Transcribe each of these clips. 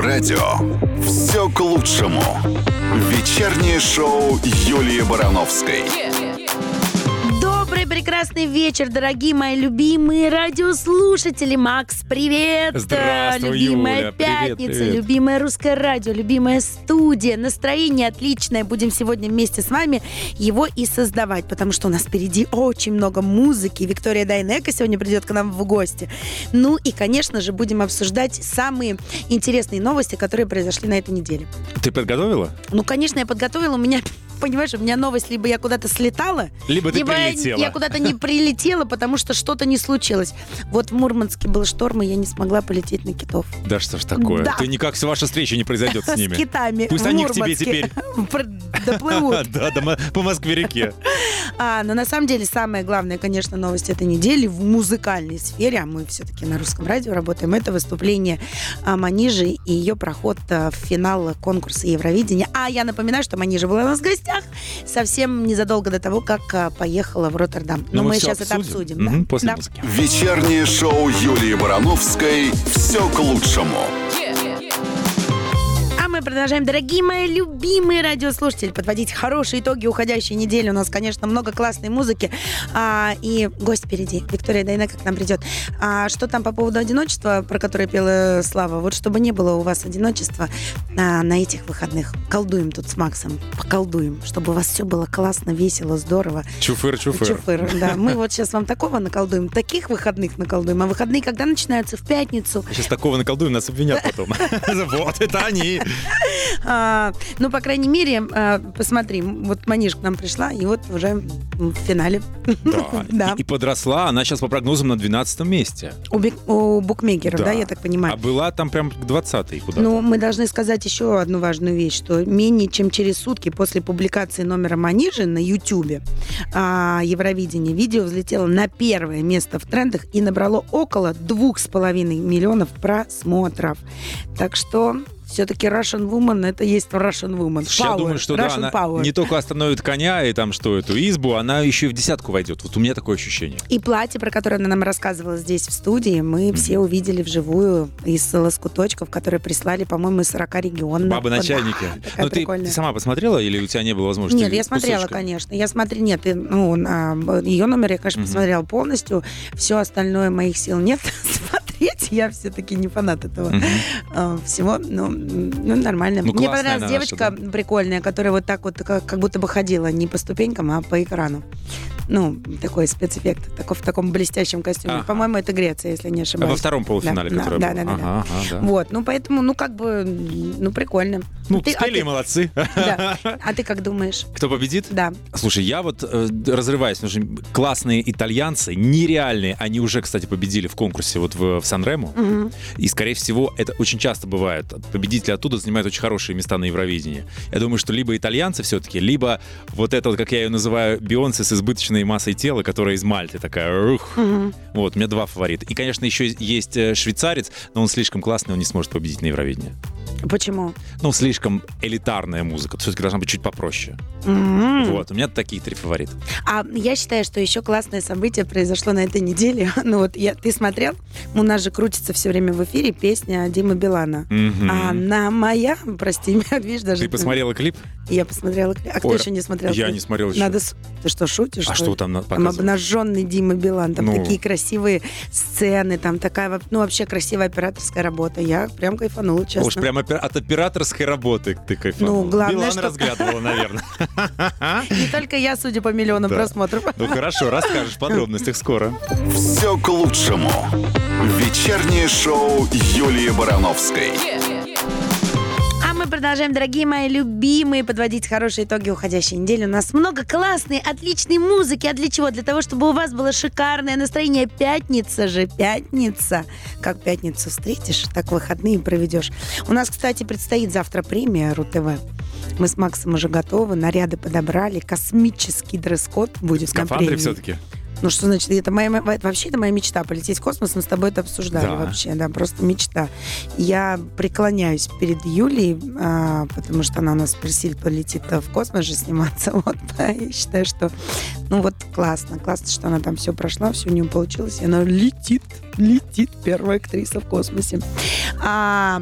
радио «Все к лучшему». Вечернее шоу Юлии Барановской. Добрый, прекрасный вечер, дорогие мои любимые радиослушатели. Макс, привет! Здравствуй, любимая Юля. пятница, Привет. любимое русское радио, любимая студия. Настроение отличное. Будем сегодня вместе с вами его и создавать, потому что у нас впереди очень много музыки. Виктория Дайнеко сегодня придет к нам в гости. Ну и, конечно же, будем обсуждать самые интересные новости, которые произошли на этой неделе. Ты подготовила? Ну, конечно, я подготовила. У меня, понимаешь, у меня новость, либо я куда-то слетала, Либо ты прилетела. я куда-то не прилетела, потому что что-то не случилось. Вот в Мурманске был шторм, и я не смогла полететь на китов. Да что ж такое? Да. Ты никак ваша встреча не произойдет с ними. С китами. Пусть в они к тебе Мурманске теперь. Доплывут. Да, по Москве-реке. Но на самом деле самая главная, конечно, новость этой недели в музыкальной сфере, а мы все-таки на русском радио работаем, это выступление Манижи и ее проход в финал конкурса Евровидения. А я напоминаю, что Манижа была у нас в гостях совсем незадолго до того, как поехала в Роттердам. Но мы сейчас это обсудим. Да. После Да. музыки. Вечернее шоу Юлии Барановской «Все к лучшему». Мы продолжаем, дорогие мои любимые радиослушатели, подводить хорошие итоги уходящей недели. У нас, конечно, много классной музыки. И гость впереди. Виктория Дайнеко к нам придет. Что там по поводу одиночества, про которое пела Слава? Вот чтобы не было у вас одиночества на этих выходных. Колдуем тут с Максом. Поколдуем, чтобы у вас все было классно, весело, здорово. Чуфыр. Чуфыр, да. Мы вот сейчас вам такого наколдуем, таких выходных наколдуем. А выходные когда начинаются? В пятницу. Сейчас такого наколдуем, нас обвинят потом. Вот, это они. Ну, по крайней мере, посмотри, вот Маниш к нам пришла, и вот уже в финале. Да. И подросла, она сейчас по прогнозам на 12 месте. У букмекеров, да, я так понимаю. А была там прям к 20-й куда-то. Ну, мы должны сказать еще одну важную вещь, что менее чем через сутки после публикации номера Манижи на Ютубе Евровидение видео взлетело на первое место в трендах и набрало около 2,5 миллионов просмотров. Так что все-таки Russian Woman — это есть Russian Woman. Я думаю, что да, она не только остановит коня и там что, эту избу, она еще и в десятку войдет. Вот у меня такое ощущение. И платье, про которое она нам рассказывала здесь в студии, мы все увидели вживую из лоскуточков, которые прислали, по-моему, из 40 регионов. Бабы-начальники. Да, Ну, ты сама посмотрела или у тебя не было возможности? Нет, я смотрела, конечно. Ее номер я, конечно, посмотрела полностью. Все остальное моих сил нет смотреть. Я все-таки не фанат этого всего. Ну, нормально. Мне понравилась девочка прикольная, которая вот так вот, как будто бы ходила не по ступенькам, а по экрану. Ну, такой спецэффект, в таком блестящем костюме. Ага. По-моему, это Греция, если не ошибаюсь. Во втором полуфинале, который был. Да. Вот, ну, поэтому, прикольно. Ну, спели и молодцы. Да. А ты как думаешь? Кто победит? Да. Слушай, я вот разрываюсь, потому что классные итальянцы, нереальные, они уже, кстати, победили в конкурсе вот в Сан-Рему. И, скорее всего, это очень часто бывает. Победители оттуда занимают очень хорошие места на Евровидении. Я думаю, что либо итальянцы все-таки, либо вот это, вот, как я ее называю, Бейонсе с избыточной массой тела, которая из Мальты такая. Вот, у меня два фаворита. И, конечно, еще есть швейцарец, но он слишком классный, он не сможет победить на Евровидении. Почему? Ну, слишком элитарная музыка. Все-таки должна быть чуть попроще. Вот, у меня такие три фаворита. А я считаю, что еще классное событие произошло на этой неделе. Ну вот, ты смотрел? У нас же крутится все время в эфире песня Димы Билана. Она моя, прости меня, видишь, даже... Ты посмотрела клип? Я посмотрела клип. А кто еще не смотрел? Я не смотрел еще. Ты что, шутишь? А что там показывают? Там обнаженный Дима Билан, там такие красивые сцены, там такая, вообще красивая операторская работа. Я прям кайфанула, честно. Уж прям от операторской работы ты кайфанула. Ну, главное, Билан что... разглядывала, наверное. Не только я, судя по миллионам просмотров. Ну хорошо, расскажешь в подробностях скоро. «Все к лучшему». Вечернее шоу Юлии Барановской. Мы продолжаем, дорогие мои любимые, подводить хорошие итоги уходящей недели. У нас много классной, отличной музыки. А для чего? Для того, чтобы у вас было шикарное настроение. Пятница же, пятница. Как пятницу встретишь, так выходные проведешь. У нас, кстати, предстоит завтра премия РУ-ТВ. Мы с Максом уже готовы, наряды подобрали, космический дресс-код будет на премии. Скафандры все-таки? Ну, что значит? Вообще, это моя мечта. Полететь в космос, мы с тобой это обсуждали вообще. Да, просто мечта. Я преклоняюсь перед Юлей, потому что она у нас просит полетит в космос же сниматься. Вот, я считаю, что классно. Классно, что она там все прошла, все у нее получилось. И она летит. Первая актриса в космосе.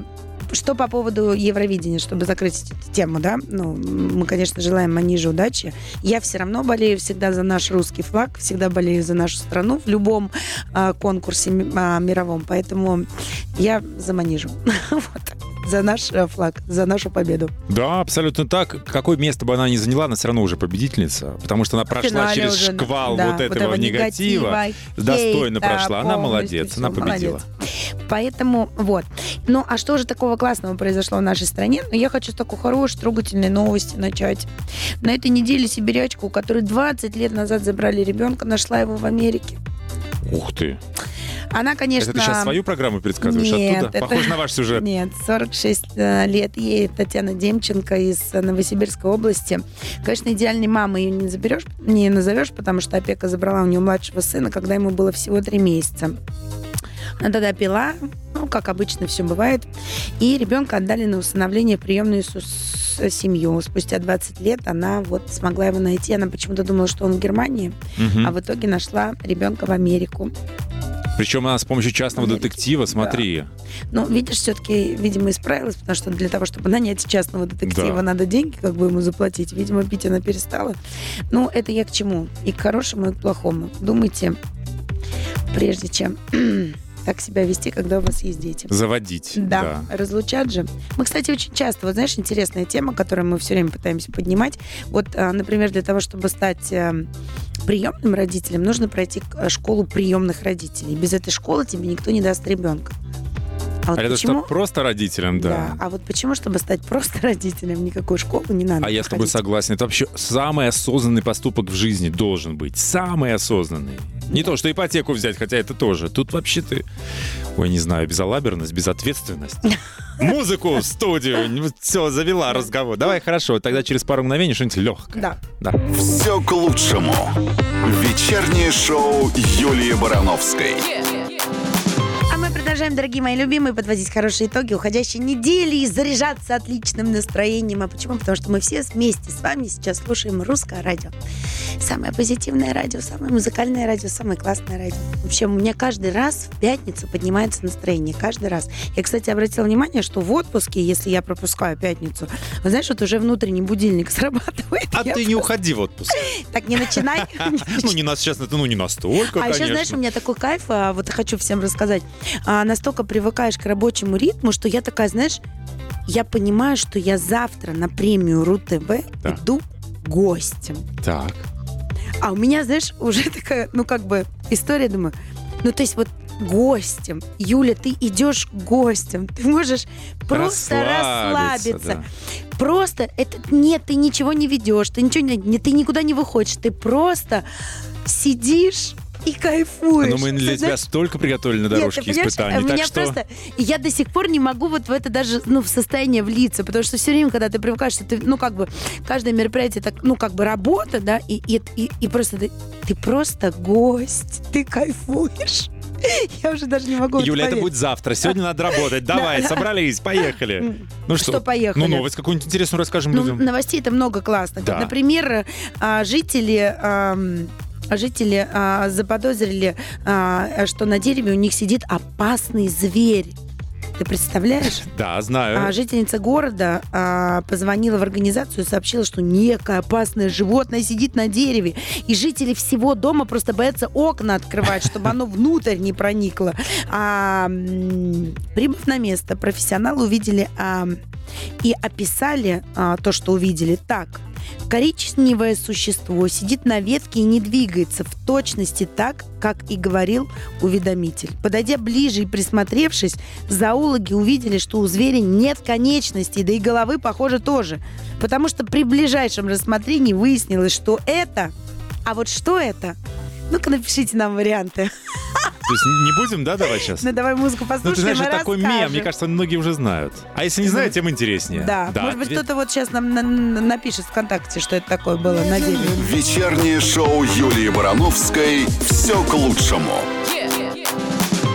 Что по поводу Евровидения, чтобы закрыть эту тему, да? Ну, мы, конечно, желаем Маниже удачи. Я все равно болею всегда за наш русский флаг, всегда болею за нашу страну в любом конкурсе мировом. Поэтому я за Манижу. Вот. За наш флаг, за нашу победу. Да, абсолютно так. Какое место бы она ни заняла, она все равно уже победительница, потому что она прошла через уже, шквал да, вот этого негатива, достойно прошла. Она молодец, она победила. Молодец. Поэтому вот. Ну, а что же такого классного произошло в нашей стране? Ну, я хочу с такой хорошей, трогательной новости начать. На этой неделе сибирячка, у которой 20 лет назад забрали ребенка, нашла его в Америке. Ух ты. Она, конечно... Это ты сейчас свою программу предсказываешь оттуда? Похоже на ваш сюжет. Нет, 46 лет ей Татьяна Демченко из Новосибирской области. Конечно, идеальной мамой ее не назовешь, потому что опека забрала у нее младшего сына, когда ему было всего 3 месяца. Она тогда пила, ну, как обычно все бывает, и ребенка отдали на усыновление в приемную семью. Спустя 20 лет она вот смогла его найти. Она почему-то думала, что он в Германии, а в итоге нашла ребенка в Америку. Причем она с помощью частного детектива, смотри. Да. Ну, видишь, все-таки, видимо, исправилась, потому что для того, чтобы нанять частного детектива, надо деньги как бы ему заплатить. Видимо, пить она перестала. Ну, это я к чему? И к хорошему, и к плохому. Думайте, прежде чем так себя вести, когда у вас есть дети. Заводить. Да, разлучат же. Мы, кстати, очень часто, вот знаешь, интересная тема, которую мы все время пытаемся поднимать. Вот, например, для того, чтобы стать приемным родителем, нужно пройти школу приемных родителей. Без этой школы тебе никто не даст ребенка. А вот это что, просто родителям, да? А вот почему, чтобы стать просто родителем, никакой школы не надо я с тобой согласен. Это вообще самый осознанный поступок в жизни должен быть. Самый осознанный. Не то, что ипотеку взять, хотя это тоже. Тут вообще ты, не знаю, безалаберность, безответственность. Музыку в студию. Все, завела разговор. Давай, хорошо, тогда через пару мгновений что-нибудь легкое. Да. Все к лучшему. Вечернее шоу Юлии Барановской. Мы продолжаем, дорогие мои любимые, подводить хорошие итоги уходящей недели и заряжаться отличным настроением. А почему? Потому что мы все вместе с вами сейчас слушаем русское радио. Самое позитивное радио, самое музыкальное радио, самое классное радио. Вообще, у меня каждый раз в пятницу поднимается настроение. Каждый раз. Я, кстати, обратила внимание, что в отпуске, если я пропускаю пятницу, вы знаешь, вот уже внутренний будильник срабатывает. А ты не уходи в отпуск. Так, не начинай. Ну, не настолько, конечно. А еще, знаешь, у меня такой кайф, вот хочу всем рассказать. Настолько привыкаешь к рабочему ритму, что я такая, знаешь, я понимаю, что я завтра на премию РУ-ТВ иду гостем. Так. А у меня, знаешь, уже такая, история, думаю, то есть вот гостем. Юля, ты идешь гостем. Ты можешь просто расслабиться. Да. Просто нет, ты ничего не ведешь, ты никуда не выходишь, ты просто сидишь и кайфуешь. Но мы для тебя столько приготовили на дорожке испытаний. Так что... Я до сих пор не могу вот в это даже в состояние влиться, потому что все время, когда ты привыкаешь, что ты, каждое мероприятие, так, работа, да, и просто ты просто гость, ты кайфуешь. Я уже даже не могу. Юля, это будет завтра. Сегодня надо работать. Давай, собрались, поехали. Ну что, поехали? Новость какую-нибудь интересную расскажем людям. Новостей-то много классных. Да. Например, жители заподозрили, что на дереве у них сидит опасный зверь. Ты представляешь? Да, знаю. Жительница города позвонила в организацию и сообщила, что некое опасное животное сидит на дереве. И жители всего дома просто боятся окна открывать, чтобы оно внутрь не проникло. Прибыв на место, профессионалы увидели и описали то, что увидели, так. Коричневое существо сидит на ветке и не двигается в точности так, как и говорил уведомитель. Подойдя ближе и присмотревшись, зоологи увидели, что у зверя нет конечностей, да и головы, похоже, тоже. Потому что при ближайшем рассмотрении выяснилось, что это... А вот что это? Ну-ка, напишите нам варианты. То есть не будем, да, давай сейчас? Ну, давай музыку послушаем, ты знаешь, и это такой мем, мне кажется, многие уже знают. А если не знают, тем интереснее. Да. Может быть, кто-то вот сейчас нам напишет ВКонтакте, что это такое было на дереве. Вечернее шоу Юлии Барановской «Все к лучшему».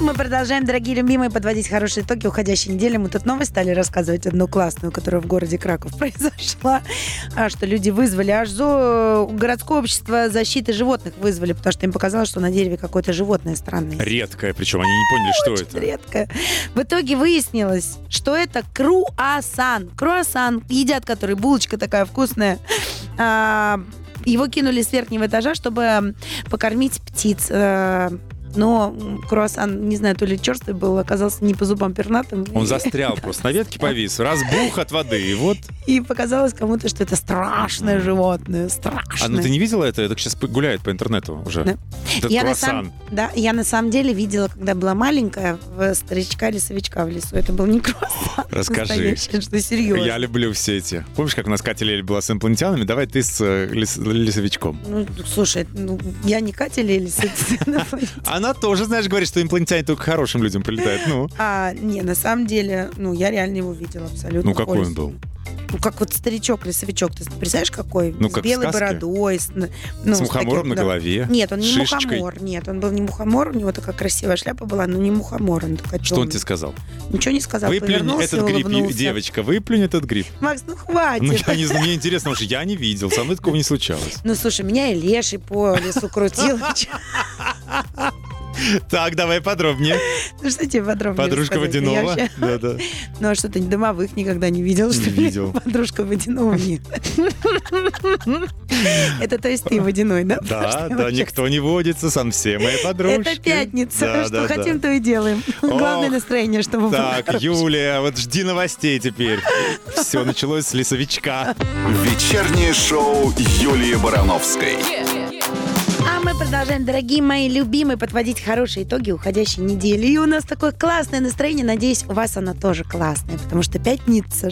Мы продолжаем, дорогие любимые, подводить хорошие итоги уходящей недели. Мы тут новость стали рассказывать, одну классную, которая в городе Краков произошла, что люди вызвали аж городское общество защиты животных вызвали, потому что им показалось, что на дереве какое-то животное странное. Редкое, причем они не поняли, что Очень это. редкое. В итоге выяснилось, что это круассан. Круассан, едят который, булочка такая вкусная. Его кинули с верхнего этажа, чтобы покормить птиц. Но круассан, не знаю, то ли черствый был, оказался не по зубам пернатым. Он застрял просто, на ветке повис, разбух от воды, и вот... И показалось кому-то, что это страшное животное, страшное. А ну ты не видела это? Это сейчас гуляет по интернету уже. Да. Этот Я круассан. я на самом деле видела, когда была маленькая, в старичка-лесовичка в лесу. Это был не круассан. Расскажи. Настоящий, что серьезно. Я люблю все эти. Помнишь, как у нас Катя Лель была с инопланетянами? Давай ты с лесовичком. Ну, слушай, я не Катя Лель. Она тоже, знаешь, говорит, что инопланетяне только к хорошим людям прилетают. Ну, Не, на самом деле, я реально его видела абсолютно. ну какой он был? Ну, как вот старичок-лесовичок. Ты представляешь, какой? Ну, с как в белой сказке? бородой. С мухомором на голове? Нет, он не шишечкой? мухомор. Нет, он был не мухомор. У него такая красивая шляпа была, но не мухомор. Он такой Что он темный. тебе сказал? Ничего не сказал. Выплюнь Повернулся этот и гриб, улыбнулся. девочка, выплюнь этот гриб. Макс, хватит. Ну, я не знаю, мне интересно, потому что я не видел, со мной такого не случалось. Ну, слушай, меня и леший по лесу крутил. Так, давай подробнее. Ну, что тебе подробнее Подружка рассказать? Водянова. Я вообще- Да-да. Ну, а что ты домовых никогда не видел, что Не ли? видел. Подружка Водянова нет. Это то есть ты Водяной, да? Потому что Да, вообще- никто не водится, сам все мои подружки. Это пятница. Да, Что да, хотим, да. то и делаем. Главное Ох, настроение, чтобы было Так, хорошее. Юлия, вот жди новостей теперь. Все началось с лесовичка. Вечернее шоу Юлии Барановской. А мы продолжаем, дорогие мои любимые, подводить хорошие итоги уходящей недели. И у нас такое классное настроение. Надеюсь, у вас оно тоже классное, потому что пятница.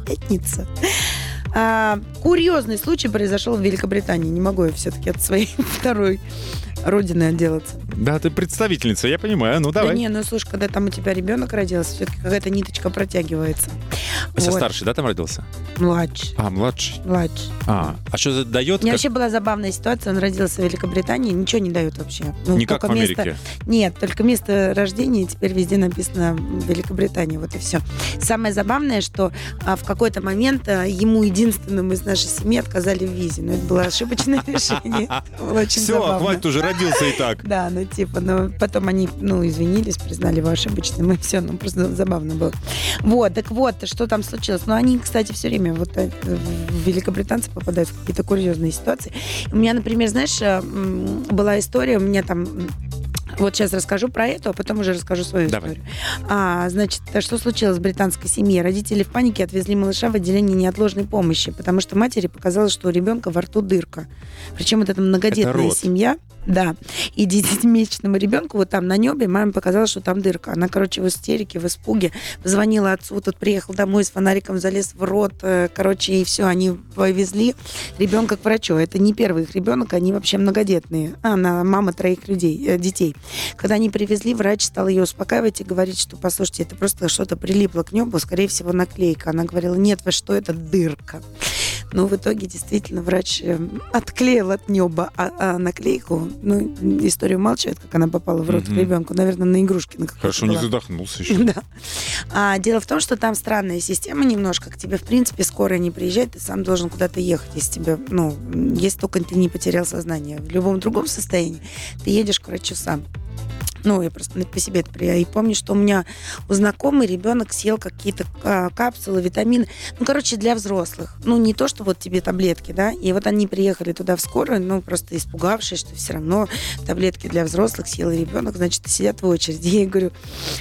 Курьезный случай произошел в Великобритании. Не могу я все-таки от своей второй родины отделаться. Да, ты представительница, я понимаю. Ну, Да давай. не, ну слушай, когда там у тебя ребенок родился, все-таки какая-то ниточка протягивается. У тебя Вот. старший, да, там родился? Младший. Младший. А Что это дает? У меня как- вообще была забавная ситуация. Он родился в Великобритании, ничего не дает вообще. Ну, Не как в только Америке. Нет, только место рождения, теперь везде написано Великобритания, вот и все. Самое забавное, что в какой-то момент ему единственному из нашей семьи отказали в визе. Но это было ошибочное решение. Это было очень Все, забавно. хватит, уже родился и так. Да, но потом они, извинились, признали его ошибочным, и все, просто забавно было. Вот, так вот, что там случилось? Они, кстати, все время великобританцы попадают в какие-то курьезные ситуации. У меня, например, знаешь, была история, у меня там... Вот сейчас расскажу про эту, а потом уже расскажу свою Давай. историю. Значит, что случилось в британской семье? Родители в панике отвезли малыша в отделение неотложной помощи, потому что матери показалось, что у ребенка во рту дырка. Причем это многодетная род. семья. Да. И 10-месячному ребенку вот там на небе маме показалось, что там дырка. Она, в истерике, в испуге. Позвонила отцу, тот приехал домой с фонариком, залез в рот. И все, они повезли ребенка к врачу. Это не первый их ребенок, они вообще многодетные. Она мама 3 детей. Когда они привезли, врач стал ее успокаивать и говорить, что, послушайте, это просто что-то прилипло к небу, скорее всего, наклейка. Она говорила, нет, вы что, это дырка. Но в итоге действительно врач отклеил от неба наклейку. История умалчивает, как она попала в рот к ребенку. Наверное, на игрушке. Хорошо, не задохнулся еще. Да. Дело в том, что там странная система немножко. К тебе, в принципе, скорая не приезжает, ты сам должен куда-то ехать, если тебе, если только ты не потерял сознание. В любом другом состоянии ты едешь к врачу сам. Я просто по себе это и помню, что у меня у знакомой ребенок съел какие-то капсулы, витамины. Для взрослых. Не то, что вот тебе таблетки, да. И вот они приехали туда в скорую, просто испугавшись, что все равно таблетки для взрослых съел ребенок, значит, сидят в очереди. Я говорю,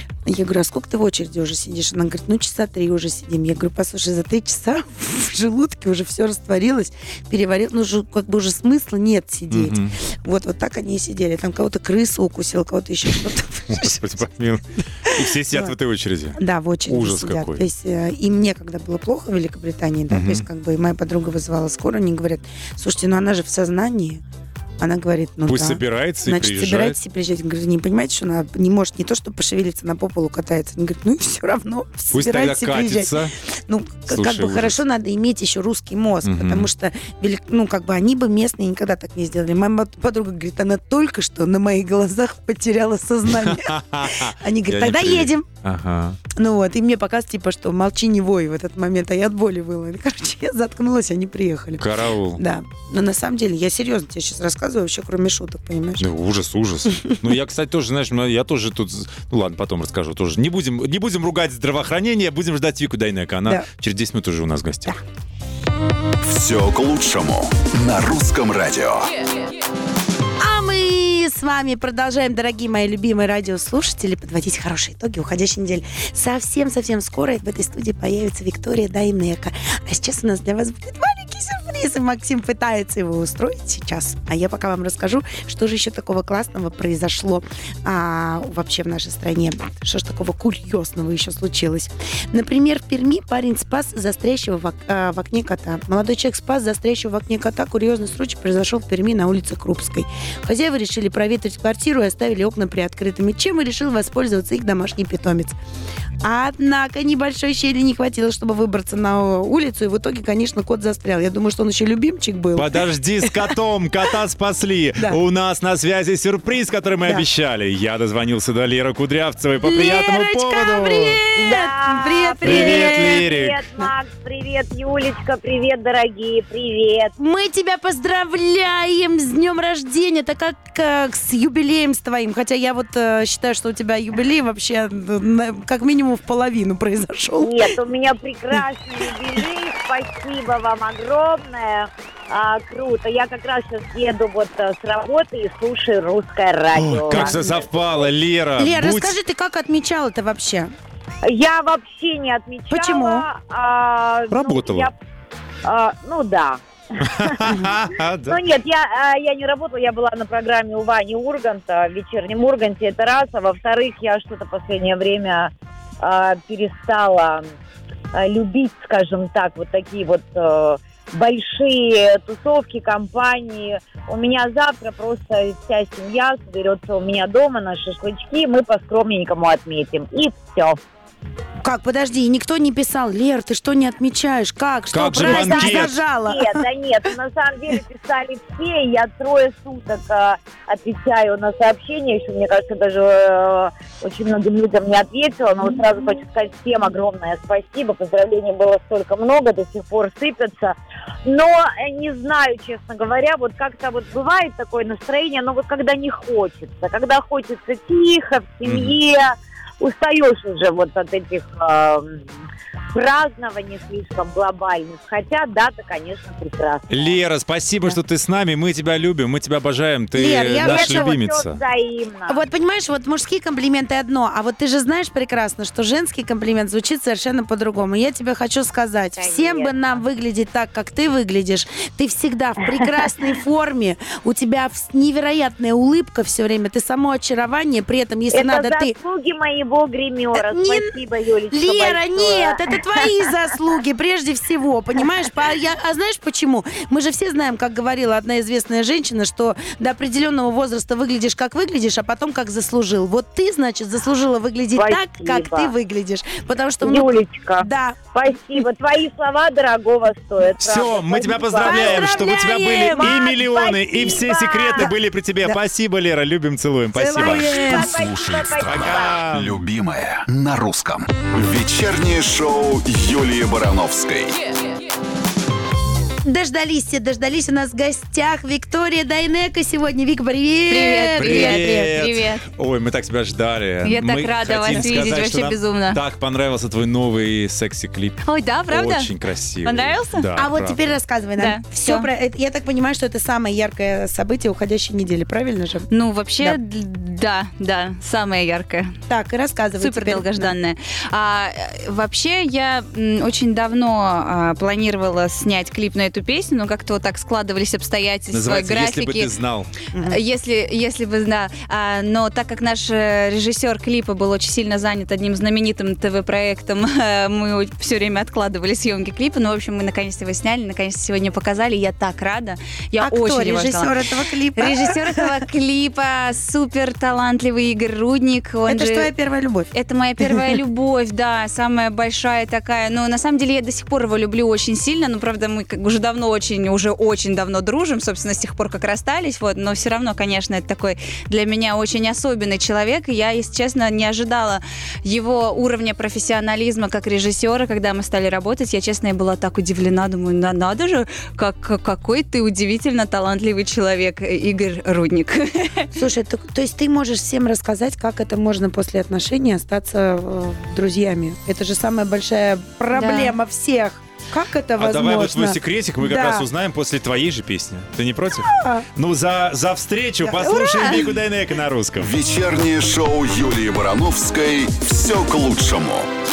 а сколько ты в очереди уже сидишь? Она говорит, часа 3 уже сидим. Я говорю, послушай, за 3 часа в желудке уже все растворилось, переварилось, уже смысла нет сидеть. Вот так они и сидели. Там кого-то крыса укусила, кого-то еще что-то. Господи, помилуй. И все сидят в этой очереди. Да, в очереди Ужас сидят. какой. То есть, и мне, когда было плохо в Великобритании, да, то есть, и моя подруга вызывала скорую, они говорят, слушайте, она же в сознании. Она говорит, ну Пусть да. собирается и Значит, приезжает. собирайтесь и приезжайте. Говорит, не понимаете, что она не может не то, что пошевелиться, на по полу катается. Она говорит, ну и все равно Пусть тогда собирайтесь и приезжайте. катится. Ну, Слушай, как бы ужас. хорошо надо иметь еще русский мозг, потому что, ну, как бы они бы местные никогда так не сделали. Моя подруга говорит, она только что на моих глазах потеряла сознание. Они говорят, тогда едем. Ага. Ну вот, и мне показывают, типа, что молчи, не вой в этот момент, а я от боли выла. И, короче, я заткнулась, они приехали. Караул. Да, но на самом деле, я серьезно тебе сейчас рассказываю, вообще кроме шуток, понимаешь? Ну, ужас. Ну, я, кстати, тоже, знаешь, я тоже тут... Ну, ладно, потом расскажу тоже. Не будем ругать здравоохранение, будем ждать Вику Дайнеко. Она через 10 минут уже у нас в гостях. Все к лучшему на русском радио. А мы с вами продолжаем, дорогие мои любимые радиослушатели, подводить хорошие итоги уходящей недели. Совсем-совсем скоро в этой студии появится Виктория Дайнеко. А сейчас у нас для вас будет маленький сюрприз, и Максим пытается его устроить сейчас. А я пока вам расскажу, что же еще такого классного произошло вообще в нашей стране. Что же такого курьезного еще случилось. Например, в Перми парень спас застрящего в окне кота. Молодой человек спас застрящего в окне кота. Курьезный случай произошел в Перми на улице Крупской. Хозяева решили проветрить квартиру и оставили окна приоткрытыми, чем и решил воспользоваться их домашний питомец. Однако небольшой щели не хватило, чтобы выбраться на улицу, и в итоге, конечно, кот застрял. Я думаю, что он еще любимчик был. Подожди с котом, кота спасли. Да. У нас на связи сюрприз, который мы обещали. Я дозвонился до Леры Кудрявцевой по приятному Лерочка, поводу. привет! Да, Привет! Лерик. Привет, Макс, привет, Юлечка, привет, дорогие, привет. Мы тебя поздравляем с днем рождения, это как с юбилеем с твоим. Хотя я вот считаю, что у тебя юбилей вообще как минимум в половину произошел. Нет, у меня прекрасный юбилей, спасибо вам огромное. Круто. Я как раз сейчас еду вот с работы и слушаю русское радио. Ой, как все совпало, Лера. Лер, будь- расскажи, ты как отмечал это вообще? Я вообще не отмечала. Почему? Работала. Ну да. Да. Ну нет, я не работала, я была на программе у Вани Урганта в вечернем Урганте, это раз, а во-вторых, я что-то в последнее время перестала любить, скажем так, вот такие вот большие тусовки, компании. У меня завтра просто вся семья соберется у меня дома на шашлычки, мы по-скромненькому отметим, и все. Как, подожди, никто не писал, Лер, ты что не отмечаешь? Как? Что, Как же праздник банкет? зажала? Нет, да нет, на самом деле писали все, я 3 суток отвечаю на сообщения, еще, мне кажется, даже очень многим людям не ответила, но вот сразу хочу сказать всем огромное спасибо, поздравлений было столько много, до сих пор сыпятся, но не знаю, честно говоря, вот как-то вот бывает такое настроение, но вот когда не хочется, когда хочется тихо, в семье, устаешь уже вот от этих празднований слишком глобальных. Хотя дата, конечно, прекрасная. Лера, спасибо, что ты с нами. Мы тебя любим, мы тебя обожаем. Ты Лер, я наша Это вот любимица. всё взаимно. Вот понимаешь, вот мужские комплименты одно, а вот ты же знаешь прекрасно, что женский комплимент звучит совершенно по-другому. Я тебе хочу сказать, всем бы Конечно. нам выглядеть так, как ты выглядишь. Ты всегда в прекрасной форме, у тебя невероятная улыбка все время, ты само очарование, при этом, если Это надо, ты... заслуги моего гримера. Не- Спасибо, Юлечка, Лера, большое. нет, это твои заслуги прежде всего, понимаешь? А знаешь почему? Мы же все знаем, как говорила одна известная женщина, что до определенного возраста выглядишь, как выглядишь, а потом как заслужил. Вот ты, значит, заслужила выглядеть так, как Спасибо. ты выглядишь. Потому что... Юлечка, Да. спасибо. Твои слова дорогого стоят. Все, правда. мы тебя Спасибо. поздравляем, чтобы у тебя были Поздравляем! и миллионы, и все Спасибо! секреты были при тебе. Спасибо, Лера, любим, целуем. Спасибо. Целуем. Слушай страна. Пока. Любимая на русском. Вечернее шоу Юлии Барановской. Дождались у нас в гостях Виктория Дайнеко сегодня. Вик, привет! Привет. Ой, мы так тебя ждали. Я Мы так рада хотим вас видеть, сказать, вообще что нам безумно. Так понравился твой новый секси-клип. Ой, да, правда? Очень красивый. Понравился? Да, А вот правда. теперь рассказывай нам. Да, Все всё. про это. Я так понимаю, что это самое яркое событие уходящей недели, правильно же? Ну, вообще, Да. да, самое яркое. Так, и рассказывай. Супер теперь. долгожданное. Вообще, я очень давно планировала снять клип на эту эту песню, но как-то вот так складывались обстоятельства, Называется графики. «Если бы ты знал». Если бы, да. Но так как наш режиссер клипа был очень сильно занят одним знаменитым ТВ-проектом, мы все время откладывали съемки клипа. Но, в общем, мы наконец-то его сняли, наконец-то сегодня показали. Я так рада. Я А кто очень его режиссер ждала. этого клипа? Режиссер этого клипа супер талантливый Игорь Рудник. Это же твоя первая любовь. Это моя первая любовь, да, самая большая такая. Но на самом деле я до сих пор его люблю очень сильно. Но, правда, мы уже очень давно дружим, собственно, с тех пор, как расстались. Вот, но все равно, конечно, это такой для меня очень особенный человек. И я, если честно, не ожидала его уровня профессионализма как режиссера, когда мы стали работать. Я, честно, была так удивлена. Думаю, надо же, какой ты удивительно талантливый человек, Игорь Рудник. Слушай, то есть ты можешь всем рассказать, как это можно после отношений остаться друзьями? Это же самая большая проблема всех. Как это возможно? А давай вот твой секретик мы как Да. раз узнаем после твоей же песни. Ты не против? Да. Ну, за встречу послушаем Вику Дайнеко на русском. Вечернее шоу Юлии Барановской «Все к лучшему».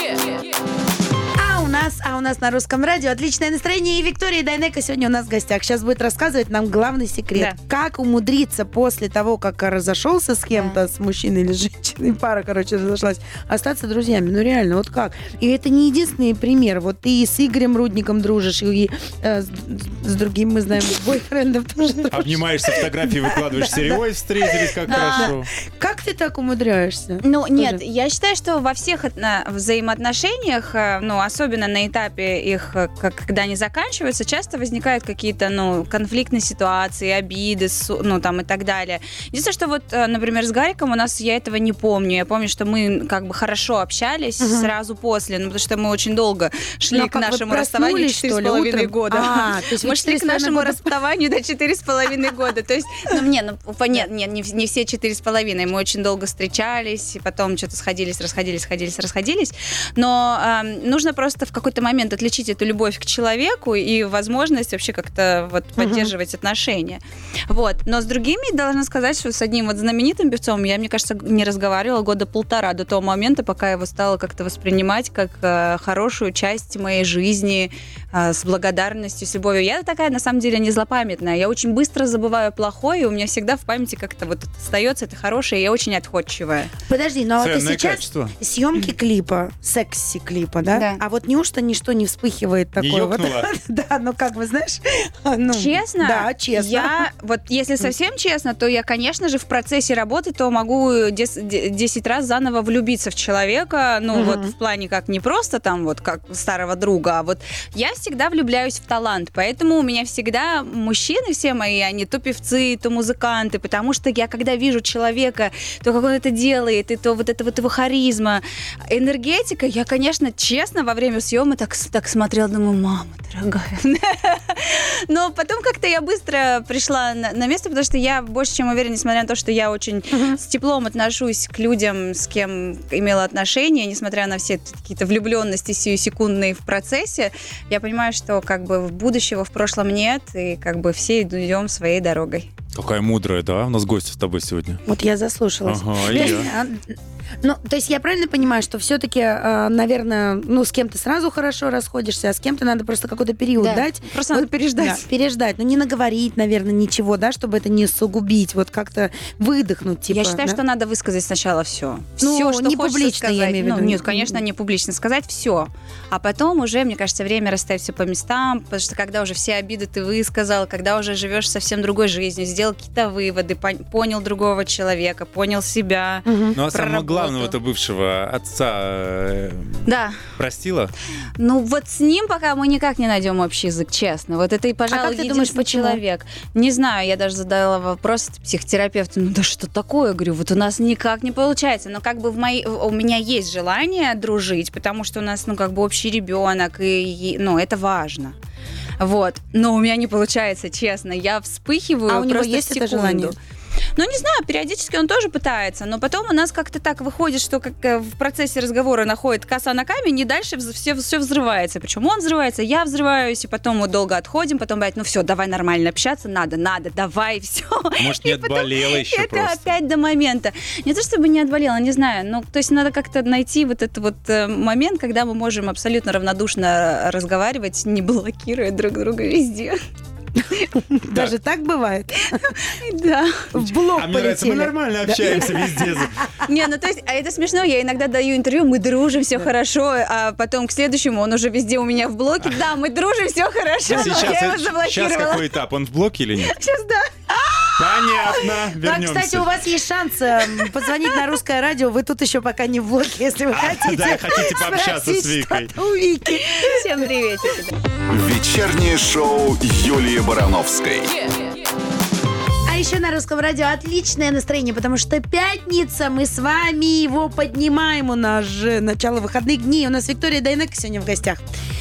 А у нас на русском радио отличное настроение. И Виктория Дайнеко сегодня у нас в гостях. Сейчас будет рассказывать нам главный секрет. Да. Как умудриться после того, как разошелся с кем-то, с мужчиной или женщиной, пара, разошлась, остаться друзьями. Ну реально, вот как? И это не единственный пример. Вот ты и с Игорем Рудником дружишь, и с другим, мы знаем, бойфрендом тоже дружишь. Обнимаешься, фотографии выкладываешь. Серьезно встретились, как хорошо. Как ты так умудряешься? Ну, нет, Тоже. я считаю, что во всех взаимоотношениях, ну, особенно на этапе их, когда они заканчиваются, часто возникают какие-то, ну, конфликтные ситуации, обиды, ну, там, и так далее. Единственное, что вот, например, с Гариком я этого не помню. Я помню, что мы как бы хорошо общались сразу после, ну, потому что мы очень долго шли Ну, к как вот нашему расставанию, проснулись, что ли, 4,5 утром? года. То есть вы Мы шли к 4,5 нашему года расставанию до 4,5 года. То есть, нет, не все 4,5. Мы очень долго встречались, и потом что-то расходились. Но нужно просто в какой-то момент отличить эту любовь к человеку и возможность вообще как-то вот поддерживать отношения. Вот. Но с другими должна сказать, что с одним вот знаменитым певцом я, мне кажется, не разговаривала года 1,5 до того момента, пока я его стала как-то воспринимать как хорошую часть моей жизни, с благодарностью, с любовью. Я такая, на самом деле, не злопамятная. Я очень быстро забываю плохое, и у меня всегда в памяти как-то вот остается это хорошее, и я очень отходчивая. Подожди, ну а вот ты Ценное сейчас качество. съемки клипа, секси-клипа, да? Да. А вот неужто ничто не вспыхивает Не такое? Вот, ёкнуло? да, ну как вы знаешь? Ну, Честно? Да, честно. Я, вот если совсем честно, то я, конечно же, в процессе работы то могу 10 раз заново влюбиться в человека, ну вот в плане как не просто там вот как старого друга, а вот я всегда влюбляюсь в талант, поэтому у меня всегда мужчины все мои, они то певцы, то музыканты, потому что я когда вижу человека, то как он это делает, и то вот это вот его харизма, энергетика, я, конечно, честно, во время съемок так смотрела, думаю, мама дорогая. Но потом как-то я быстро пришла на место, потому что я больше чем уверена, несмотря на то, что я очень с теплом отношусь к людям, с кем имела отношения, несмотря на все какие-то влюбленности сиюсекундные в процессе, я понимаю, что как бы будущего в прошлом нет, и как бы все идем своей дорогой. Какая мудрая, да? У нас гости с тобой сегодня. Вот я заслушалась. Ага, и я. Ну, то есть я правильно понимаю, что все-таки, наверное, ну, с кем-то сразу хорошо расходишься, а с кем-то надо просто какой-то период дать. Просто надо переждать. Да, переждать. Ну, не наговорить, наверное, ничего, да, чтобы это не сугубить. Вот как-то выдохнуть, типа. Я считаю, да? что надо высказать сначала все. Ну, Все, что не хочется публично, сказать. я имею в виду. Нет, конечно, не публично. Сказать все. А потом уже, мне кажется, время расставить все по местам, потому что когда уже все обиды ты высказал, когда уже живешь совсем другой жизнью, сделал какие-то выводы, понял другого человека, понял себя. Ну, а самого проработал. главного, это бывшего отца Да. простила? Ну, вот с ним пока мы никак не найдем общий язык, честно. Вот это и, пожалуй, как ты думаешь, единственный почему? человек. Не знаю, я даже задала вопрос психотерапевту. Ну, да что такое? Говорю, вот у нас никак не получается. Но как бы у меня есть желание дружить, потому что у нас, ну, как бы общий ребенок, и ну, это важно. Вот. Но у меня не получается, честно. Я вспыхиваю А у него просто есть в секунду. это желание? Ну, не знаю, периодически он тоже пытается, но потом у нас как-то так выходит, что как в процессе разговора находит коса на камень, и дальше все взрывается. Причем он взрывается, я взрываюсь, и потом мы долго отходим, потом говорит, ну все, давай нормально общаться, надо, давай, все. Может, не отболела еще это просто. опять до момента. Не то, чтобы не отболела, не знаю, ну, то есть надо как-то найти вот этот вот момент, когда мы можем абсолютно равнодушно разговаривать, не блокируя друг друга везде. Даже так бывает? Да. В блог А мне нравится, мы полетели. нормально общаемся везде. Не, ну то есть, а это смешно, я иногда даю интервью, мы дружим, все хорошо, а потом к следующему он уже везде у меня в блоке, да, мы дружим, все хорошо, но я его Сейчас заблокировала. какой этап? Он в блоке или нет? Сейчас, да. Понятно, Так, вернемся. кстати, у вас есть шанс позвонить на Русское радио. Вы тут еще пока не в блоке, если вы хотите. Да, хотите пообщаться с спросить Викой. что-то у Вики. Всем приветики. Вечернее шоу Юлии Барановской. А еще на Русском радио отличное настроение, потому что пятница, мы с вами его поднимаем. У нас же начало выходных дней. У нас Виктория Дайнеко сегодня в гостях.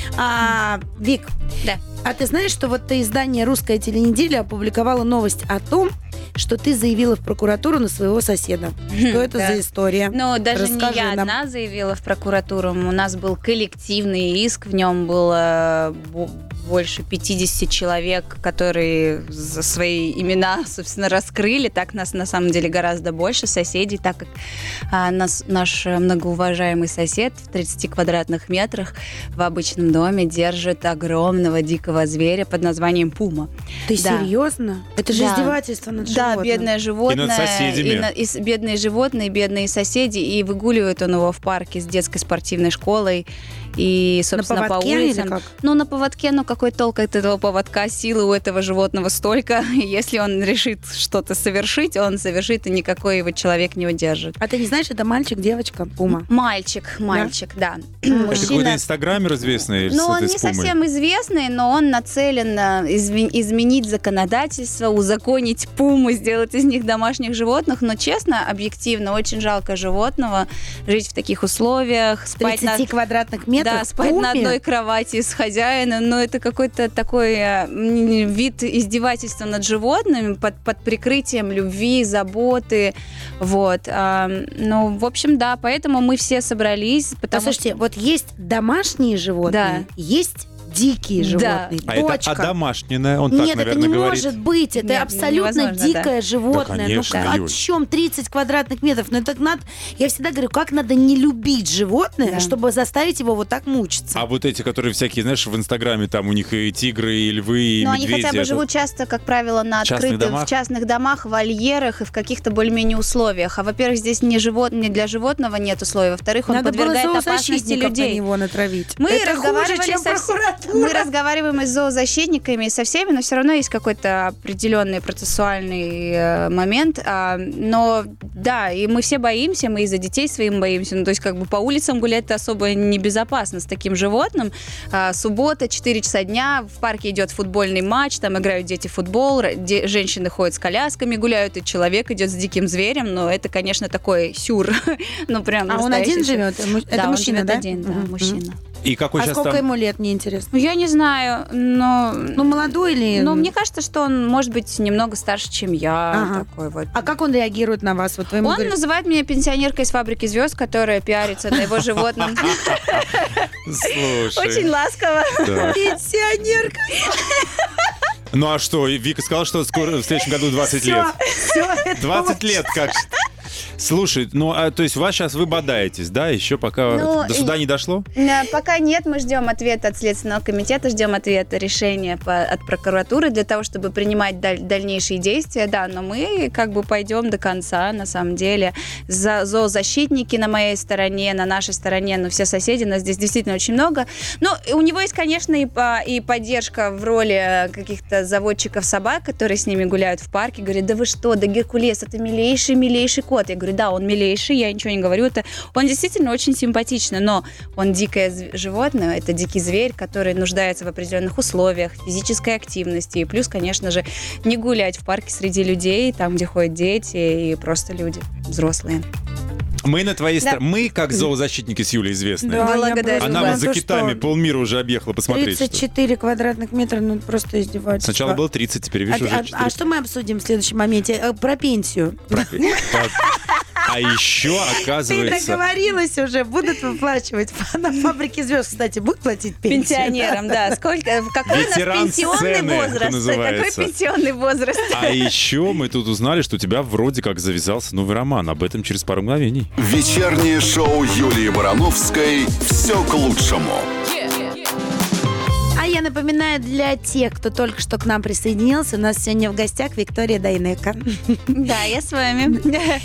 Вик, Да. а ты знаешь, что вот издание «Русская теленеделя» опубликовало новость о том, что ты заявила в прокуратуру на своего соседа. Что это Да. за история? Но даже Расскажи не я нам. одна заявила в прокуратуру. У нас был коллективный иск, в нем было больше 50 человек, которые за свои имена, собственно, раскрыли. Так нас на самом деле гораздо больше соседей, так как наш многоуважаемый сосед в 30 квадратных метрах в обычном доме держит огромного дикого зверя под названием пума. Ты Да. серьезно? Это же Да. издевательство над Да, животным. бедное животное. И над соседями. Бедные животные, бедные соседи. И выгуливает он его в парке с детской спортивной школой. И, собственно, На по поводке или улицам. как? Ну, на поводке, ну, какой толк от этого поводка? Силы у этого животного столько. Если он решит что-то совершить, он совершит, и никакой его человек не удержит. А ты не знаешь, это мальчик, девочка, пума? Мальчик, да. Это какой-то инстаграмер известный Ну, с он этой не спумой? совсем известный, но он нацелен на изменить законодательство, узаконить пумы, сделать из них домашних животных. Но, честно, объективно, очень жалко животного жить в таких условиях, спать 30 квадратных метров? Да, спать на пуме? одной кровати с хозяином, но это какой-то такой вид издевательства над животными под прикрытием любви, заботы, вот. Ну, в общем, да, поэтому мы все собрались, потому Послушайте, вот есть домашние животные, Да. есть дикие Да. животные. А это Точка. одомашненное, он так, Нет, это наверное, не говорит. может быть. Это Нет, абсолютно невозможно, дикое животное. Да, конечно, ну, Юль. о чем 30 квадратных метров? Ну, это надо... Я всегда говорю, как надо не любить животное, Да. чтобы заставить его вот так мучиться. А вот эти, которые всякие, знаешь, в Инстаграме, там у них и тигры, и львы, и Но медведи. они хотя бы это- живут часто, как правило, на Частных открытых, домах? в частных домах, вольерах и в каких-то более-менее условиях. А, во-первых, здесь не для животного нет условий. Во-вторых, он Надо было подвергает опасности зоозащитников на людей. него натравить. Мы это хуже, разговаривали чем со прокуратура. Мы разговариваем и с зоозащитниками, и со всеми, но все равно есть какой-то определенный процессуальный момент. Но да, и мы все боимся, мы и за детей своим боимся. Ну, то есть как бы по улицам гулять-то особо небезопасно с таким животным. Суббота, 4 часа дня, в парке идет футбольный матч, там играют дети в футбол, женщины ходят с колясками, гуляют, и человек идет с диким зверем. Но это, конечно, такой сюр. Ну, прям А он настоящий один сюр. живет? Это Да, мужчина, он живет да? один, да, Мгм. мужчина. И какой А сейчас сколько там... ему лет, мне интересно? Ну, я не знаю, но... Ну, молодой или... Ну, мне кажется, что он, может быть, немного старше, чем я. Ага. Такой вот. А как он реагирует на вас? Вот вы ему Он говорите, называет меня пенсионеркой из «Фабрики звезд», которая пиарится на его животном. Слушай. Очень ласково. Так. пенсионерка. Ну а что, Вика сказала, что скоро в следующем году 20 лет. Все, это 20 лет, как же. Слушай, ну, то есть вас сейчас вы бодаетесь, да, еще пока Ну, до суда не дошло? Пока нет, мы ждем ответа от Следственного комитета, ждем ответа, решения от прокуратуры для того, чтобы принимать дальнейшие действия, да, но мы как бы пойдем до конца, на самом деле. Зоозащитники на моей стороне, на нашей стороне, но все соседи, нас здесь действительно очень много. Но у него есть, конечно, и поддержка в роли каких-то заводчиков собак, которые с ними гуляют в парке, говорят, да вы что, да Геркулес, это милейший кот. Я говорю, да, он милейший, я ничего не говорю, он действительно очень симпатичный, но он дикое животное, это дикий зверь, который нуждается в определенных условиях, физической активности, и плюс, конечно же, не гулять в парке среди людей, там, где ходят дети и просто люди взрослые. Мы на твоей стороне. Мы как зоозащитники с Юлей известны. Да, Благодарю. я Она просто- вот за ну китами что, полмира уже объехала, посмотреть. 34 квадратных метра, ну просто издевательство. Сначала было 30, теперь, видишь, уже 4. А что мы обсудим в следующем моменте? Про пенсию. А еще, Ты оказывается... договорилась уже, будут выплачивать. На фабрике звезд, кстати, будут платить пенсию? Пенсионерам, да. Сколько? Какой у нас Ветеран пенсионный сцены, это возраст? Какой называется. пенсионный возраст? А еще мы тут узнали, что у тебя вроде как завязался новый роман. Об этом через пару мгновений. Вечернее шоу Юлии Барановской «Все к лучшему». А я напоминаю для тех, кто только что к нам присоединился, у нас сегодня в гостях Виктория Дайнеко. Да, я с вами.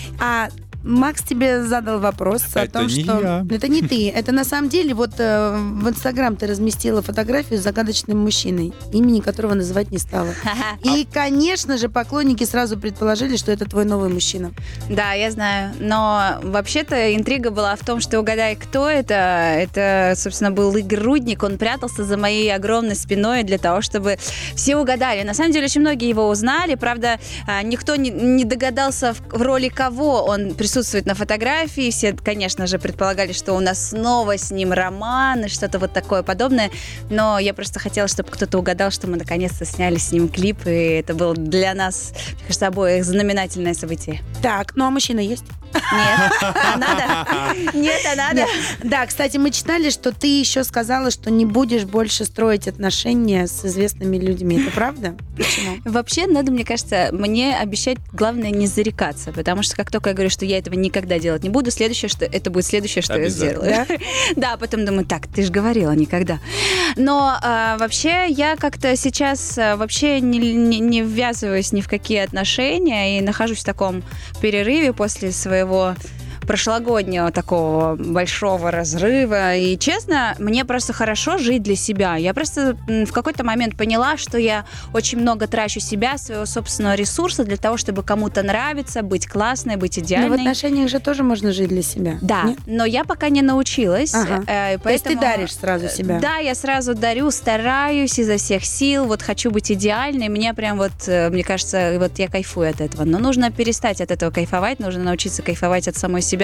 А Макс тебе задал вопрос о Это том, не что... я. Это не ты. Это на самом деле вот в Инстаграм ты разместила фотографию с загадочным мужчиной, имени которого называть не стала. И, конечно же, поклонники сразу предположили, что это твой новый мужчина. Да, я знаю. Но вообще-то интрига была в том, что угадай, кто это. Это, собственно, был Игорь Рудник. Он прятался за моей огромной спиной для того, чтобы все угадали. На самом деле, очень многие его узнали. Правда, никто не догадался, в роли кого он присутствует на фотографии. Все, конечно же, предполагали, что у нас снова с ним роман и что-то вот такое подобное. Но я просто хотела, чтобы кто-то угадал, что мы наконец-то сняли с ним клип. И это было для нас, мне кажется, обоих знаменательное событие. Так, ну а мужчина есть? Нет, а надо? Нет, а надо? Нет. Да, кстати, мы читали, что ты еще сказала, что не будешь больше строить отношения с известными людьми. Это правда? Почему? Вообще, надо, мне кажется, мне обещать, главное, не зарекаться. Потому что как только я говорю, что я этого никогда делать не буду, следующее, что это будет следующее, что я сделаю. Да, потом думаю, так, ты же говорила никогда. Но вообще я как-то сейчас вообще не ввязываюсь ни в какие отношения и нахожусь в таком перерыве после своего прошлогоднего такого большого разрыва. И, честно, мне просто хорошо жить для себя. Я просто в какой-то момент поняла, что я очень много трачу себя, своего собственного ресурса для того, чтобы кому-то нравиться, быть классной, быть Но идеальной. в отношениях же тоже можно жить для себя. Да, Нет? но я пока не научилась. Ага. Поэтому, То есть ты даришь сразу себя? Да, я сразу дарю, стараюсь изо всех сил, вот хочу быть идеальной. Мне прям вот, мне кажется, вот я кайфую от этого. Но нужно перестать от этого кайфовать, нужно научиться кайфовать от самой себя.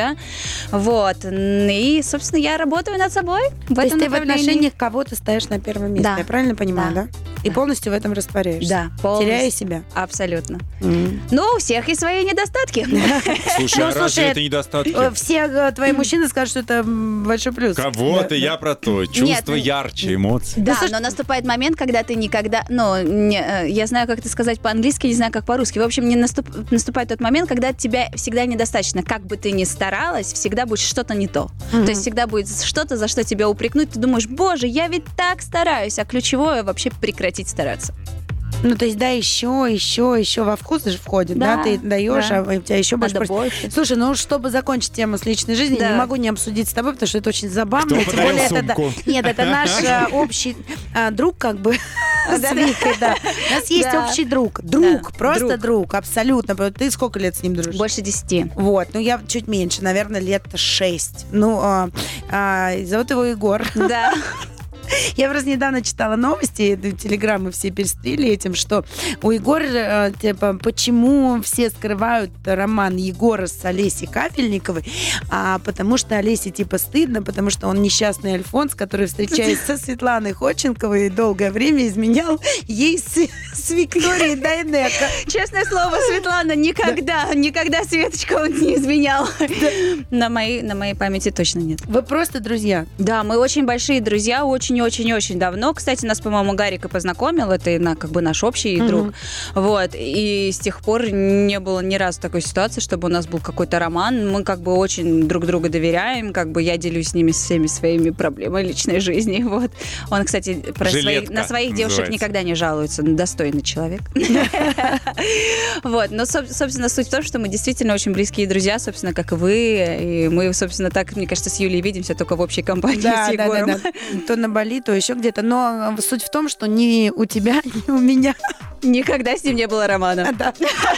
Вот. И, собственно, я работаю над собой в То есть этом ты в направлении. отношениях кого-то ставишь на первое место, Да. я правильно понимаю, Да. да? И полностью в этом растворяешься? Да, полностью. Теряя себя? Абсолютно. Ну, у всех есть свои недостатки. Слушай, Ну, а слушай, разве это недостатки? Все твои мужчины скажут, что это большой плюс. Кого-то, Да, я да. про то. Чувство Нет, ярче, эмоции. Да, но наступает момент, когда ты никогда... я знаю, как это сказать по-английски, не знаю, как по-русски. В общем, наступает тот момент, когда тебя всегда недостаточно. Как бы ты ни старалась, всегда будет что-то не то. То есть всегда будет что-то, за что тебя упрекнуть. Ты думаешь, боже, я ведь так стараюсь. А ключевое вообще прекратить стараться. Ну, то есть, да, еще во вкус же входит, да? Да, Ты даешь, да. а у тебя еще больше. Надо больше. Слушай, ну, чтобы закончить тему с личной жизнью, Да. не могу не обсудить с тобой, потому что это очень забавно. Кто Тем подарил более, это, сумку? нет, это наш общий друг, как бы, с Викой, да. У нас есть Да. общий друг. Друг, Да, просто друг, абсолютно. Ты сколько лет с ним дружишь? Больше 10. Вот, ну я чуть меньше, наверное, лет 6. Ну, зовут его Егор. Да. Я просто недавно читала новости, телеграммы все перестрели этим, что у Егора, типа, почему все скрывают роман Егора с Олесей Капельниковой, потому что Олесе, типа, стыдно, потому что он несчастный Альфонс, который, встречаясь со Светланой Ходченковой, долгое время изменял ей с Викторией Дайнеко. Честное слово, Светлана, никогда Светочка он не изменял. На моей памяти точно нет. Вы просто друзья. Да, мы очень большие друзья, очень-очень-очень давно. Кстати, нас, по-моему, Гарик и познакомил. Это как бы наш общий друг. Вот. И с тех пор не было ни разу такой ситуации, чтобы у нас был какой-то роман. Мы как бы очень друг друга доверяем. Как бы я делюсь с ними всеми своими проблемами личной жизни. Вот. Он, кстати, на своих девушек называется. никогда не жалуется. Достойный человек. Вот. Но, собственно, суть в том, что мы действительно очень близкие друзья, собственно, как и вы. И мы, собственно, так, мне кажется, с Юлей видимся только в общей компании с Егором. Да. То на Бали, то еще где-то. Но суть в том, что ни у тебя, ни у меня. Никогда с ним не было романа. Да.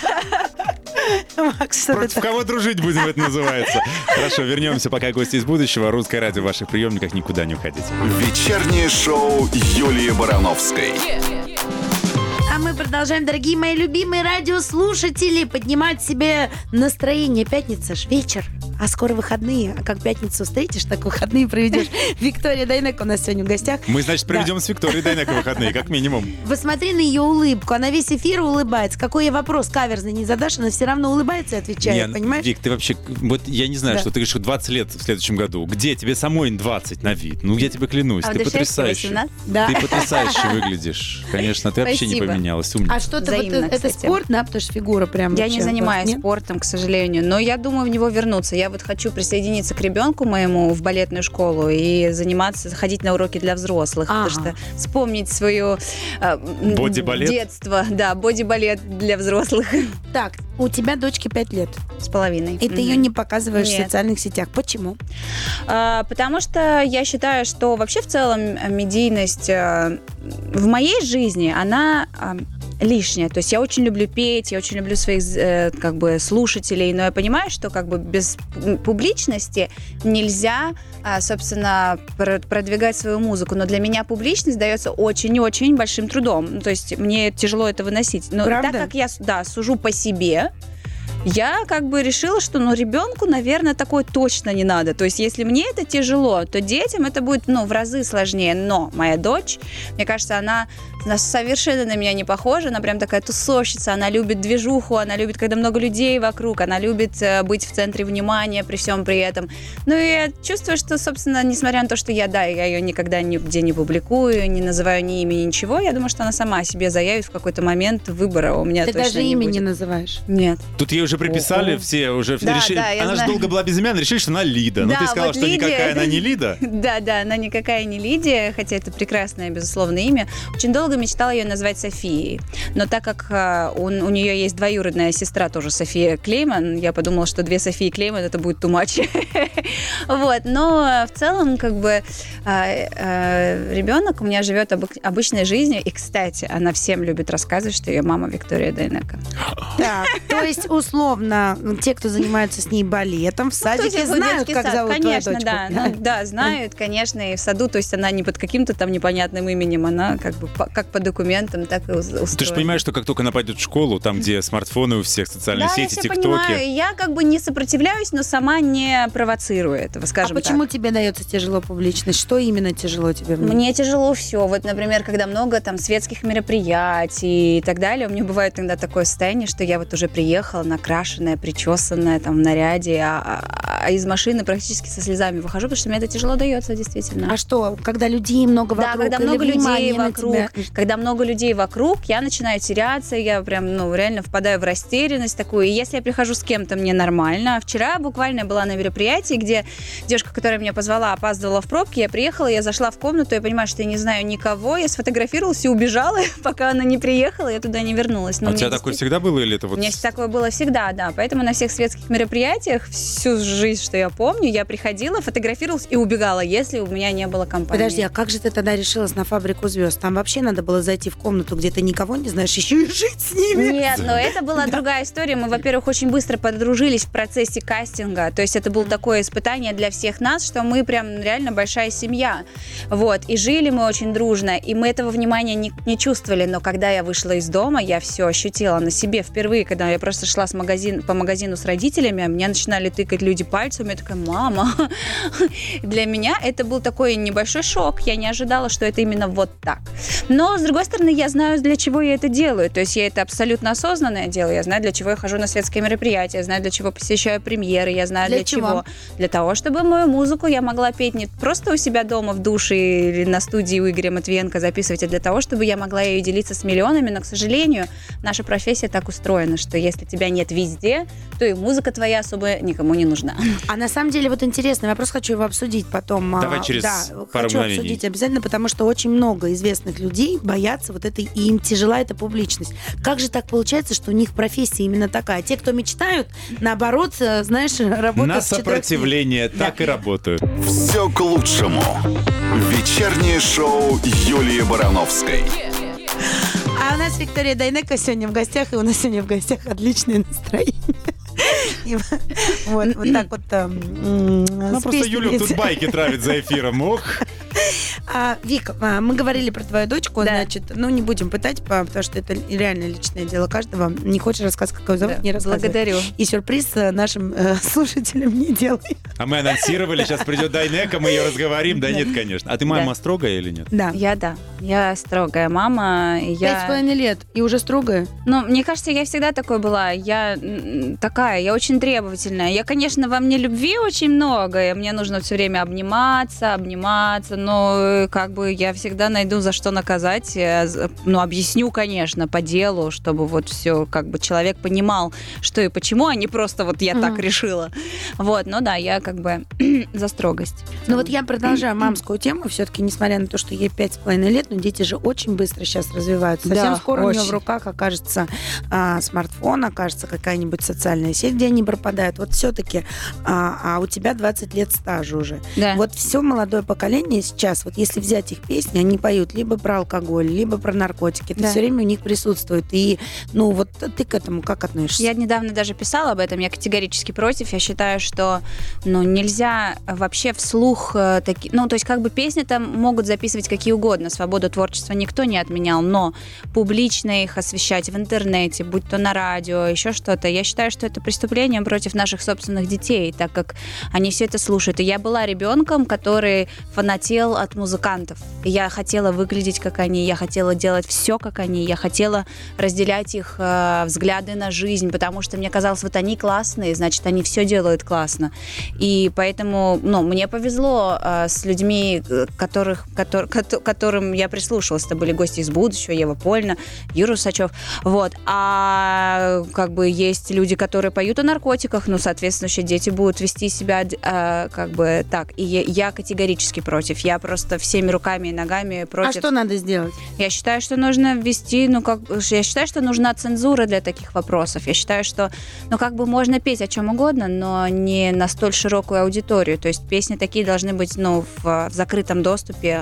Макс, что Против ты кого дружить будем, это называется. Хорошо, вернемся пока гости из будущего. Русское радио в ваших приемниках, никуда не уходите. Вечернее шоу Юлии Барановской. А мы продолжаем, дорогие мои любимые радиослушатели, поднимать себе настроение. Пятница ж, вечер. А скоро выходные. А как пятницу встретишь, так выходные проведешь. Виктория Дайнеко у нас сегодня в гостях. Мы, значит, проведем с Викторией Дайнеко выходные, как минимум. Посмотри на ее улыбку. Она весь эфир улыбается. Какой ей вопрос каверзный не задашь, она все равно улыбается и отвечает, понимаешь? Вик, ты вообще... Вот я не знаю, что ты говоришь, 20 лет в следующем году. Где? Тебе самой 20 на вид. Ну, я тебе клянусь. Ты потрясающая. Да. Ты потрясающе выглядишь. Конечно, ты вообще не поменялась. Умница. А что-то вот это спорт, да? Потому что фигура прям... Я не занимаюсь спортом, к сожалению, но я думаю в него вернуться. Я вот хочу присоединиться к ребенку моему в балетную школу и заниматься, ходить на уроки для взрослых, потому что вспомнить свое детство. Да, боди-балет для взрослых. Так, у тебя дочке 5 лет. С половиной. И ты ее не показываешь в социальных сетях. Почему? Потому что я считаю, что вообще в целом медийность в моей жизни, она лишняя. То есть я очень люблю петь, я очень люблю своих как бы слушателей, но я понимаю, что как бы без публичности нельзя, собственно, продвигать свою музыку. Но для меня публичность дается очень-очень большим трудом. Ну, то есть мне тяжело это выносить. Но правда? Так как я сужу по себе, я как бы решила, что ребенку, наверное, такое точно не надо. То есть если мне это тяжело, то детям это будет, в разы сложнее. Но моя дочь, мне кажется, она совершенно на меня не похожа. Она прям такая тусовщица, она любит движуху, она любит, когда много людей вокруг, она любит быть в центре внимания при всем при этом. Ну и я чувствую, что, собственно, несмотря на то, что я ее никогда нигде не публикую, не называю ни имени, ничего, я думаю, что она сама о себе заявит в какой-то момент выбора. У меня ты точно даже не имя будет. не называешь? Нет. Тут ей уже приписали, все уже решили. Да, она же долго была безымянной, решили, что она Лида. Да, ты сказала, вот что Лидия... никакая она не Лида. Да, она никакая не Лидия, хотя это прекрасное, безусловно, имя. Очень долго мечтала ее назвать Софией. Но так как у нее есть двоюродная сестра, тоже София Клейман, я подумала, что 2 Софии Клейман это будет too much. Вот. Но в целом, как бы, ребенок у меня живет обычной жизнью. И, кстати, она всем любит рассказывать, что ее мама Виктория Дайнеко. Так, то есть, условно, те, кто занимаются с ней балетом, в садике знают, как зовут твою дочку. Да, знают, конечно, и в саду, то есть она не под каким-то там непонятным именем, она как бы как по документам, так и устроена. Ты же понимаешь, что как только она пойдет в школу, там, где смартфоны у всех, социальные сети, я тиктоки. понимаю, я как бы не сопротивляюсь, но сама не провоцирую этого, скажем так. А почему тебе дается тяжело публичность? Что именно тяжело тебе? Мне тяжело все. Вот, например, когда много там светских мероприятий и так далее, у меня бывает иногда такое состояние, что я вот уже приехала накрашенная, причесанная, там, в наряде, а из машины практически со слезами выхожу, потому что мне это тяжело дается, действительно. А что, когда людей много вокруг? Да, когда много людей вокруг. Когда много людей вокруг, я начинаю теряться, я прям, реально впадаю в растерянность такую. И если я прихожу с кем-то, мне нормально. Вчера буквально была на мероприятии, где девушка, которая меня позвала, опаздывала в пробке, я приехала, я зашла в комнату, я понимаю, что я не знаю никого, я сфотографировалась и убежала, пока она не приехала, я туда не вернулась. Но у тебя такое всегда было или это вот... У меня такое было всегда, да. Поэтому на всех светских мероприятиях всю жизнь, что я помню, я приходила, фотографировалась и убегала, если у меня не было компании. Подожди, а как же ты тогда решилась на «Фабрику звезд»? Там вообще надо было зайти в комнату, где ты никого не знаешь, еще и жить с ними. Нет, но это была другая история. Мы, во-первых, очень быстро подружились в процессе кастинга. То есть это было такое испытание для всех нас, что мы прям реально большая семья. Вот. И жили мы очень дружно, и мы этого внимания не чувствовали. Но когда я вышла из дома, я все ощутила на себе впервые, когда я просто шла по магазину с родителями, а меня начинали тыкать люди пальцем, я такая: мама. Для меня это был такой небольшой шок. Я не ожидала, что это именно вот так. Но, с другой стороны, я знаю, для чего я это делаю. То есть я это абсолютно осознанное дело. Я знаю, для чего я хожу на светские мероприятия, я знаю, для чего посещаю премьеры, я знаю, для чего. Для того, чтобы мою музыку я могла петь не просто у себя дома в душе или на студии у Игоря Матвиенко записывать, а для того, чтобы я могла ее делиться с миллионами. Но, к сожалению, наша профессия так устроена, что если тебя нет везде, то и музыка твоя особо никому не нужна. А на самом деле вот интересный вопрос, хочу его обсудить потом. Давай через пару хочу мгновений. Обсудить обязательно, потому что очень много известных людей боятся вот этой, и им тяжела эта публичность. Как же так получается, что у них профессия именно такая? Те, кто мечтают, наоборот, знаешь, работают на сопротивление так и работают. Все к лучшему. Вечернее шоу Юлии Барановской. А у нас Виктория Дайнеко сегодня в гостях, и у нас сегодня в гостях отличное настроение. Вот так вот. Ну, просто Юлю тут байки травит за эфиром. Ох. Вик, мы говорили про твою дочку, Да. значит, не будем пытать, потому что это реально личное дело каждого. Не хочешь рассказывать, как ее зовут, Да, не рассказывай. благодарю. И сюрприз нашим слушателям не делай. А мы анонсировали, сейчас придет Дайнека, мы ее разговорим. Да нет, конечно. А ты мама строгая или нет? Да. Я строгая мама. и я... 5,5 лет, и уже строгая? Ну, мне кажется, я всегда такой была. Я такая, я очень требовательная. Я, конечно, во мне любви очень много, и мне нужно все время обниматься, но как бы я всегда найду, за что наказать. Объясню, конечно, по делу, чтобы вот все, как бы человек понимал, что и почему, а не просто вот я так решила. Вот, я как бы за строгость. Ну вот я продолжаю мамскую тему. Все-таки, несмотря на то, что ей 5,5 лет, но дети же очень быстро сейчас развиваются. Совсем скоро у нее в руках окажется смартфон, окажется какая-нибудь социальная сеть, где они пропадают. Вот все-таки, у тебя 20 лет стажа уже. Да. Вот все молодое поколение сейчас, вот если взять их песни, они поют либо про алкоголь, либо про наркотики. Это все время у них присутствует. И, вот ты к этому как относишься? Я недавно даже писала об этом, я категорически против. Я считаю, что нельзя вообще вслух то есть как бы песни там могут записывать какие угодно, свободу творчества никто не отменял, но публично их освещать в интернете, будь то на радио, еще что-то, я считаю, что это преступление против наших собственных детей, так как они все это слушают. И я была ребенком, который фанател от музыкантов. И я хотела выглядеть как они, я хотела делать все как они, я хотела разделять их взгляды на жизнь, потому что мне казалось, вот они классные, значит, они все делают классно. И поэтому, мне повезло с людьми, которым я прислушалась. Это были гости из будущего, Ева Польна, Юра Усачев. Вот. А как бы есть люди, которые поют о наркотиках, соответственно, еще дети будут вести себя как бы так. И я категорически против. Я просто всеми руками и ногами против. А что надо сделать? Я считаю, что нужно ввести, я считаю, что нужна цензура для таких вопросов. Я считаю, что, можно петь о чем угодно, но не на столь широкую аудиторию. То есть песни такие должны быть, в закрытом доступе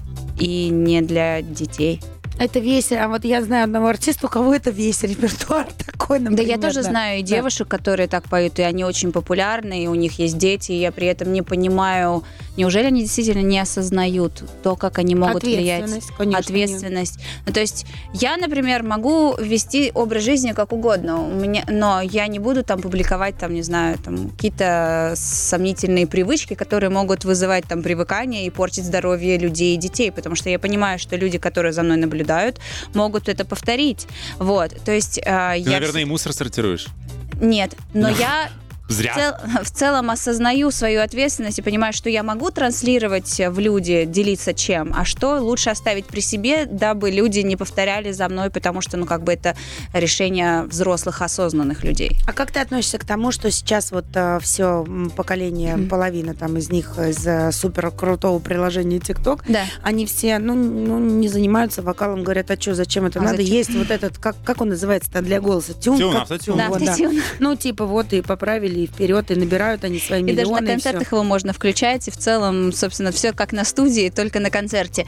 и не для детей. Это весь, а вот я знаю одного артиста, у кого это весь репертуар такой, например. Да, я тоже знаю и девушек, которые так поют, и они очень популярны, и у них есть дети, и я при этом не понимаю, неужели они действительно не осознают то, как они могут влиять. Конечно, ответственность. То есть я, например, могу вести образ жизни как угодно, но я не буду там публиковать, какие-то сомнительные привычки, которые могут вызывать привыкание и портить здоровье людей и детей, потому что я понимаю, что люди, которые за мной наблюдают, могут это повторить. Вот, то есть... Ты, наверное, и мусор сортируешь? Нет, но я... Зря. В целом осознаю свою ответственность и понимаю, что я могу транслировать в люди, делиться чем, а что лучше оставить при себе, дабы люди не повторяли за мной, потому что, это решение взрослых, осознанных людей. А как ты относишься к тому, что сейчас все поколение, половина из них из супер крутого приложения TikTok, да. Они все, не занимаются вокалом, говорят, а что, зачем это надо? Зачем? Есть вот этот, как он называется-то для голоса? Тюн, автотюн. Да, автотюн. И поправили, и вперед, и набирают они свои миллионы. И даже на концертах его можно включать, и в целом, собственно, все как на студии, только на концерте.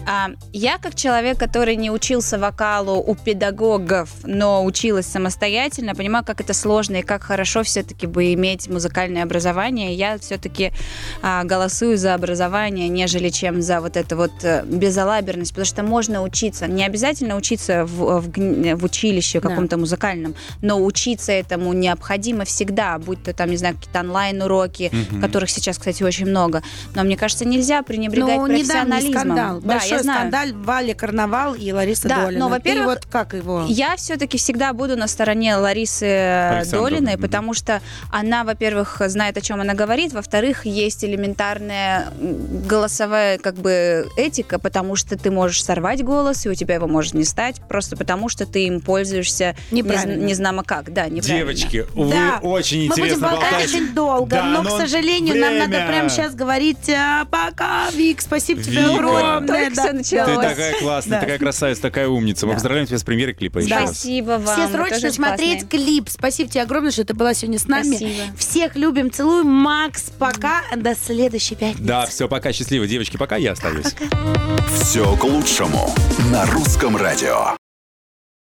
Я, как человек, который не учился вокалу у педагогов, но училась самостоятельно, понимаю, как это сложно и как хорошо все-таки бы иметь музыкальное образование. Я все-таки голосую за образование, нежели чем за вот эту безалаберность, потому что можно учиться. Не обязательно учиться в училище каком-то музыкальном, но учиться этому необходимо всегда, будь то какие-то онлайн-уроки, которых сейчас, кстати, очень много. Но мне кажется, нельзя пренебрегать профессионализмом. Скандал. Да, большой скандал, Валя Карнавал и Лариса Долина. Но, во-первых, как его? Я все-таки всегда буду на стороне Ларисы Долиной, потому что она, во-первых, знает, о чем она говорит, во-вторых, есть элементарная голосовая этика, потому что ты можешь сорвать голос, и у тебя его может не стать, просто потому что ты им пользуешься незнамо как. Да, неправильно. Девочки, вы очень интересно болтать болтаете. очень долго, Да, но, к сожалению, нам надо прямо сейчас говорить пока, Вик, спасибо тебе Вика. огромное. Только все Ты началось. такая классная, такая красавица, такая умница. Мы поздравляем тебя с премьерой клипа еще раз. Спасибо вам. Все вы срочно тоже смотреть классные. клип. Спасибо тебе огромное, что ты была сегодня с нами. Спасибо. Всех любим, целуем. Макс, пока. До следующей пятницы. Да, все, пока, счастливо, девочки, пока я остаюсь. Все к лучшему на Русском радио.